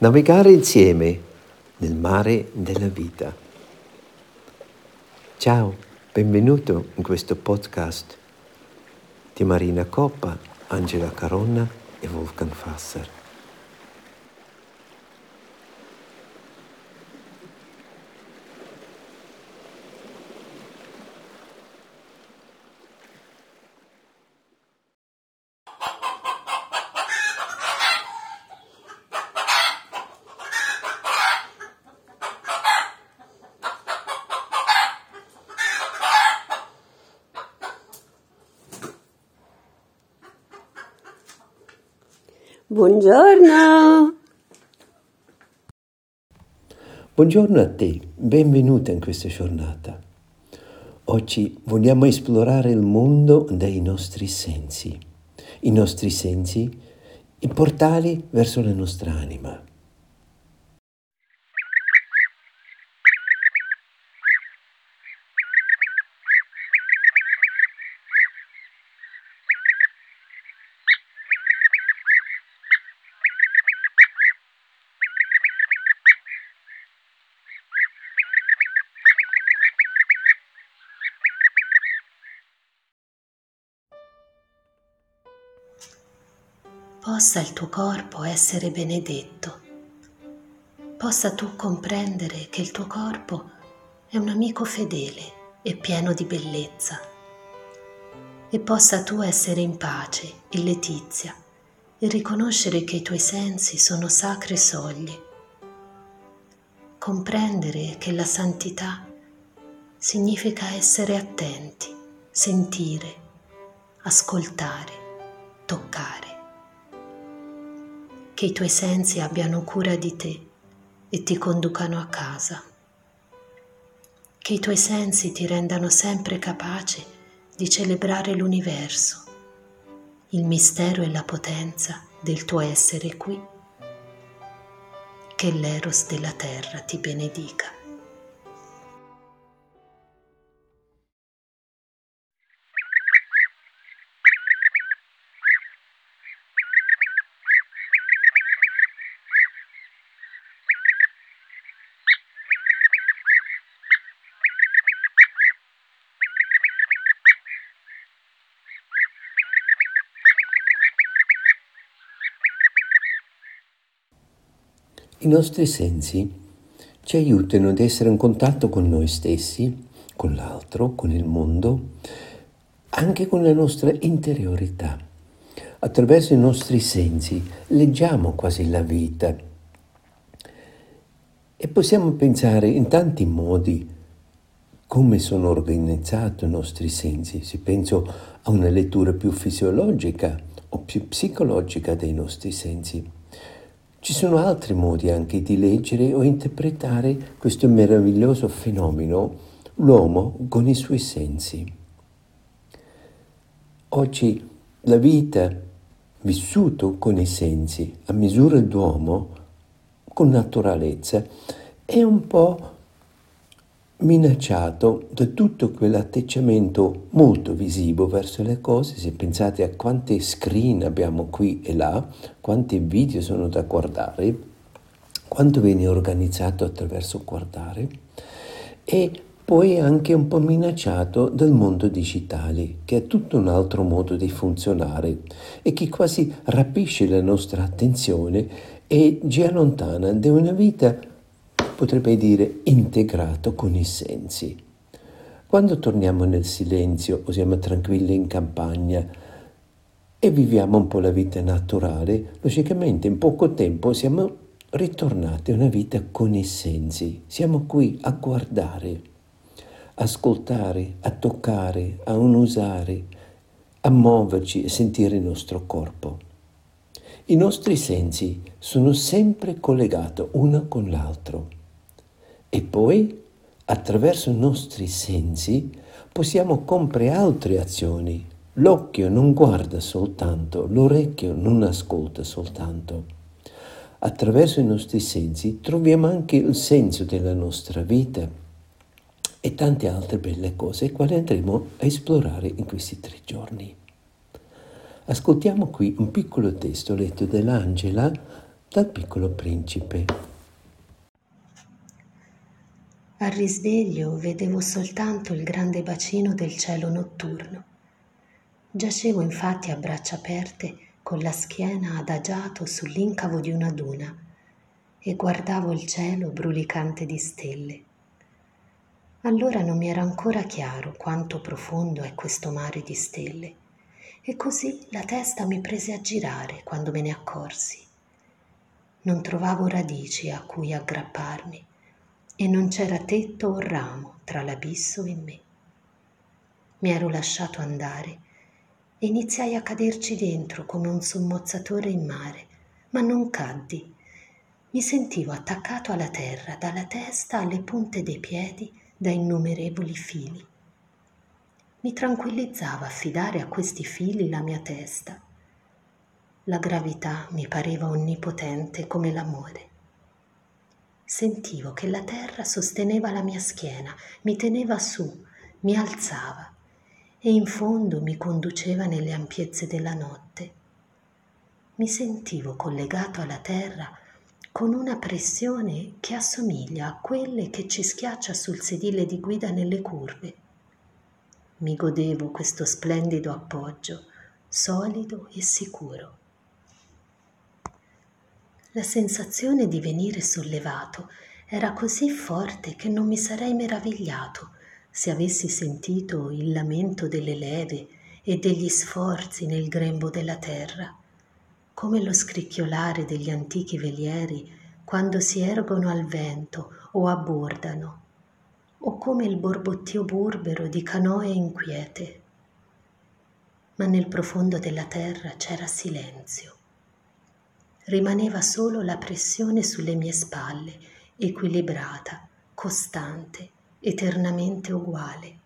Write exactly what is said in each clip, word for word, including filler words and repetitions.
navigare insieme nel mare della vita. Ciao, benvenuto in questo podcast di Marina Coppa, Angela Caronna e Wolfgang Fasser. Buongiorno! Buongiorno a te, benvenuta in questa giornata. Oggi vogliamo esplorare il mondo dei nostri sensi. I nostri sensi, i portali verso la nostra anima. Possa il tuo corpo essere benedetto, possa tu comprendere che il tuo corpo è un amico fedele e pieno di bellezza, e possa tu essere in pace, in letizia, e riconoscere che i tuoi sensi sono sacre soglie. Comprendere che la santità significa essere attenti, sentire, ascoltare, toccare. Che i tuoi sensi abbiano cura di te e ti conducano a casa. Che i tuoi sensi ti rendano sempre capace di celebrare l'universo, il mistero e la potenza del tuo essere qui. Che l'Eros della terra ti benedica. I nostri sensi ci aiutano ad essere in contatto con noi stessi, con l'altro, con il mondo, anche con la nostra interiorità. Attraverso i nostri sensi leggiamo quasi la vita e possiamo pensare in tanti modi come sono organizzati i nostri sensi. Se penso a una lettura più fisiologica o più psicologica dei nostri sensi. Ci sono altri modi anche di leggere o interpretare questo meraviglioso fenomeno, l'uomo con i suoi sensi. Oggi la vita vissuta con i sensi, a misura d'uomo, con naturalezza, è un po' minacciato da tutto quell'atteggiamento molto visivo verso le cose. Se pensate a quante screen abbiamo qui e là, quanti video sono da guardare, quanto viene organizzato attraverso guardare, e poi anche un po' minacciato dal mondo digitale, che è tutto un altro modo di funzionare e che quasi rapisce la nostra attenzione e ci allontana da una vita, potrebbe dire, integrato con i sensi. Quando torniamo nel silenzio o siamo tranquilli in campagna e viviamo un po' la vita naturale, logicamente in poco tempo siamo ritornati a una vita con i sensi. Siamo qui a guardare, ascoltare, a toccare, a annusare, a muoverci e sentire il nostro corpo. I nostri sensi sono sempre collegati uno con l'altro. E poi, attraverso i nostri sensi, possiamo compiere altre azioni. L'occhio non guarda soltanto, l'orecchio non ascolta soltanto. Attraverso i nostri sensi troviamo anche il senso della nostra vita e tante altre belle cose, quali andremo a esplorare in questi tre giorni. Ascoltiamo qui un piccolo testo letto dall'Angela dal Piccolo Principe. Al risveglio vedevo soltanto il grande bacino del cielo notturno. Giacevo infatti a braccia aperte, con la schiena adagiato sull'incavo di una duna, e guardavo il cielo brulicante di stelle. Allora non mi era ancora chiaro quanto profondo è questo mare di stelle, e così la testa mi prese a girare quando me ne accorsi. Non trovavo radici a cui aggrapparmi, e non c'era tetto o ramo tra l'abisso e me. Mi ero lasciato andare e iniziai a caderci dentro come un sommozzatore in mare, ma non caddi. Mi sentivo attaccato alla terra, dalla testa alle punte dei piedi, da innumerevoli fili. Mi tranquillizzava affidare a questi fili la mia testa. La gravità mi pareva onnipotente come l'amore. Sentivo che la terra sosteneva la mia schiena, mi teneva su, mi alzava e in fondo mi conduceva nelle ampiezze della notte. Mi sentivo collegato alla terra con una pressione che assomiglia a quelle che ci schiaccia sul sedile di guida nelle curve. Mi godevo questo splendido appoggio, solido e sicuro. La sensazione di venire sollevato era così forte che non mi sarei meravigliato se avessi sentito il lamento delle leve e degli sforzi nel grembo della terra, come lo scricchiolare degli antichi velieri quando si ergono al vento o abbordano, o come il borbottio burbero di canoe inquiete. Ma nel profondo della terra c'era silenzio. Rimaneva solo la pressione sulle mie spalle, equilibrata, costante, eternamente uguale.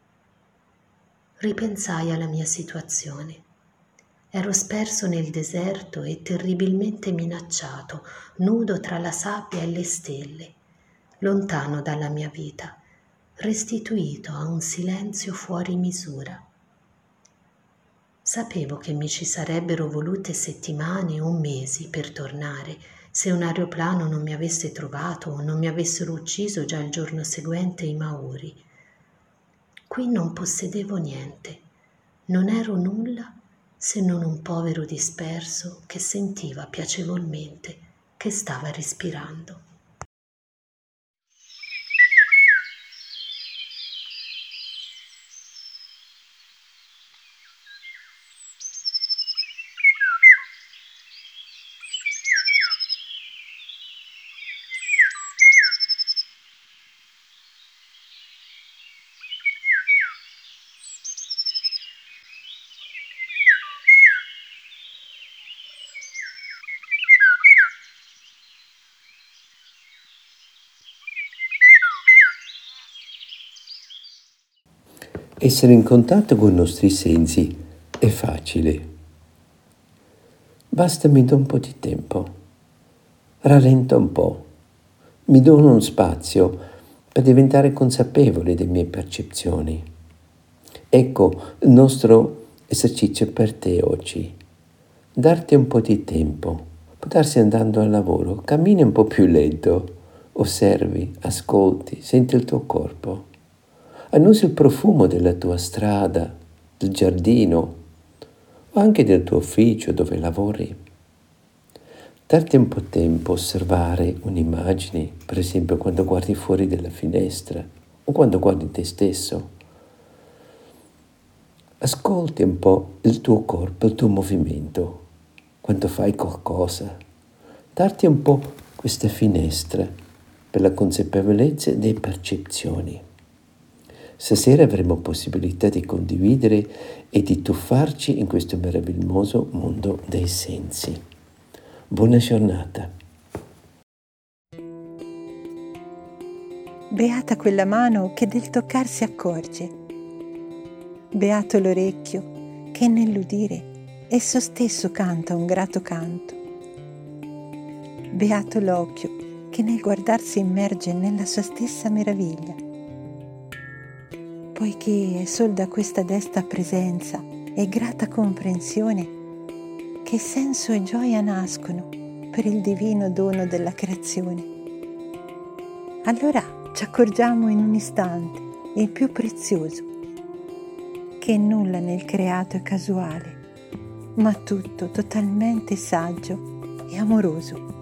Ripensai alla mia situazione. Ero sperso nel deserto e terribilmente minacciato, nudo tra la sabbia e le stelle, lontano dalla mia vita, restituito a un silenzio fuori misura. Sapevo che mi ci sarebbero volute settimane o mesi per tornare, se un aeroplano non mi avesse trovato o non mi avessero ucciso già il giorno seguente i Maori. Qui non possedevo niente, non ero nulla se non un povero disperso che sentiva piacevolmente che stava respirando. Essere in contatto con i nostri sensi è facile. Basta mi do un po' di tempo, rallenta un po', mi do uno spazio per diventare consapevole delle mie percezioni. Ecco il nostro esercizio per te oggi. Darti un po' di tempo, può darsi andando al lavoro, cammini un po' più lento, osservi, ascolti, senti il tuo corpo. Annusi il profumo della tua strada, del giardino o anche del tuo ufficio dove lavori. Darti un po' di tempo a osservare un'immagine, per esempio quando guardi fuori dalla finestra o quando guardi te stesso. Ascolti un po' il tuo corpo, il tuo movimento, quando fai qualcosa. Darti un po' questa finestra per la consapevolezza delle percezioni. Stasera avremo possibilità di condividere e di tuffarci in questo meraviglioso mondo dei sensi. Buona giornata. Beata quella mano che del toccare si accorge. Beato l'orecchio che nell'udire esso stesso canta un grato canto. Beato l'occhio che nel guardarsi immerge nella sua stessa meraviglia. Poiché è sol da questa desta presenza e grata comprensione che senso e gioia nascono per il divino dono della creazione. Allora ci accorgiamo in un istante, il più prezioso, che nulla nel creato è casuale, ma tutto totalmente saggio e amoroso.